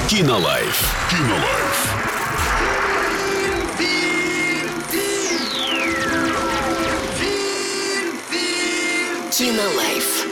Кинолайф. Кинолайф. Кинолайф.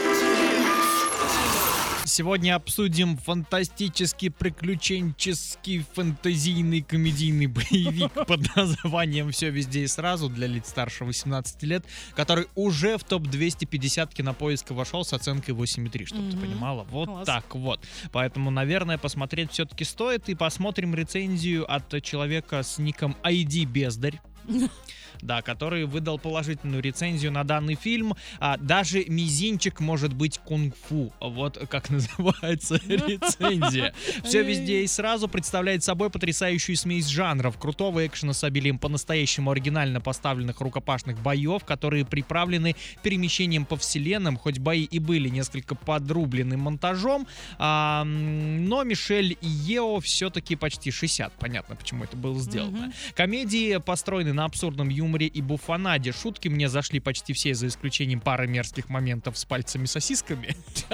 Сегодня обсудим фантастический, приключенческий, фэнтезийный, комедийный боевик под названием «Все везде и сразу» для лиц старше 18 лет, который уже в топ-250 Кинопоиска вошел с оценкой 8,3, чтобы ты понимала. Вот Класс. так вот. Поэтому, наверное, посмотреть все-таки стоит. И посмотрим рецензию от человека с ником ID Бездарь. Да, который выдал положительную рецензию на данный фильм. Даже мизинчик может быть кунг-фу. Вот как называется рецензия. Все везде и сразу представляет собой потрясающую смесь жанров. Крутого экшена с обилием по-настоящему оригинально поставленных рукопашных боев, которые приправлены перемещением по вселенным. Хоть бои и были несколько подрублены монтажом, но Мишель Йео все-таки почти 60. Понятно, почему это было сделано. Комедии построены на абсурдном юморе и буфонаде. Шутки мне зашли почти все, за исключением пары мерзких моментов с пальцами-сосисками.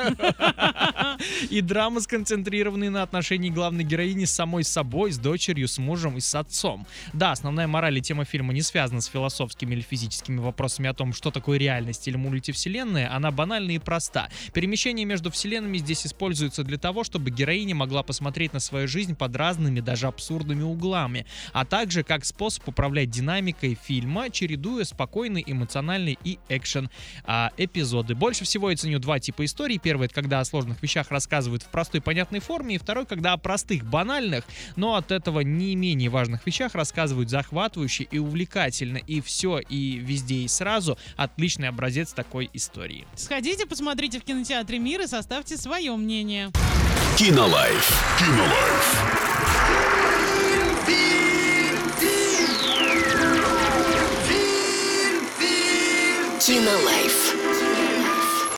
И драмы, сконцентрированные на отношении главной героини с самой собой, с дочерью, с мужем и с отцом. Да, основная мораль и тема фильма не связана с философскими или физическими вопросами о том, что такое реальность или мультивселенная. Она банальна и проста. Перемещение между вселенными здесь используется для того, чтобы героиня могла посмотреть на свою жизнь под разными, даже абсурдными углами, а также как способ управлять динамикой фильма, чередуя спокойные, эмоциональные и экшен эпизоды. Больше всего я ценю два типа историй. Первый — это когда о сложных вещах рассказывают в простой, понятной форме, и второй — когда о простых, банальных, но от этого не менее важных вещах рассказывают захватывающе и увлекательно. И все, и везде, и сразу отличный образец такой истории. Сходите, посмотрите в кинотеатре «Мир» и составьте свое мнение. Кинолайф. Кинолайф. Кинолайф.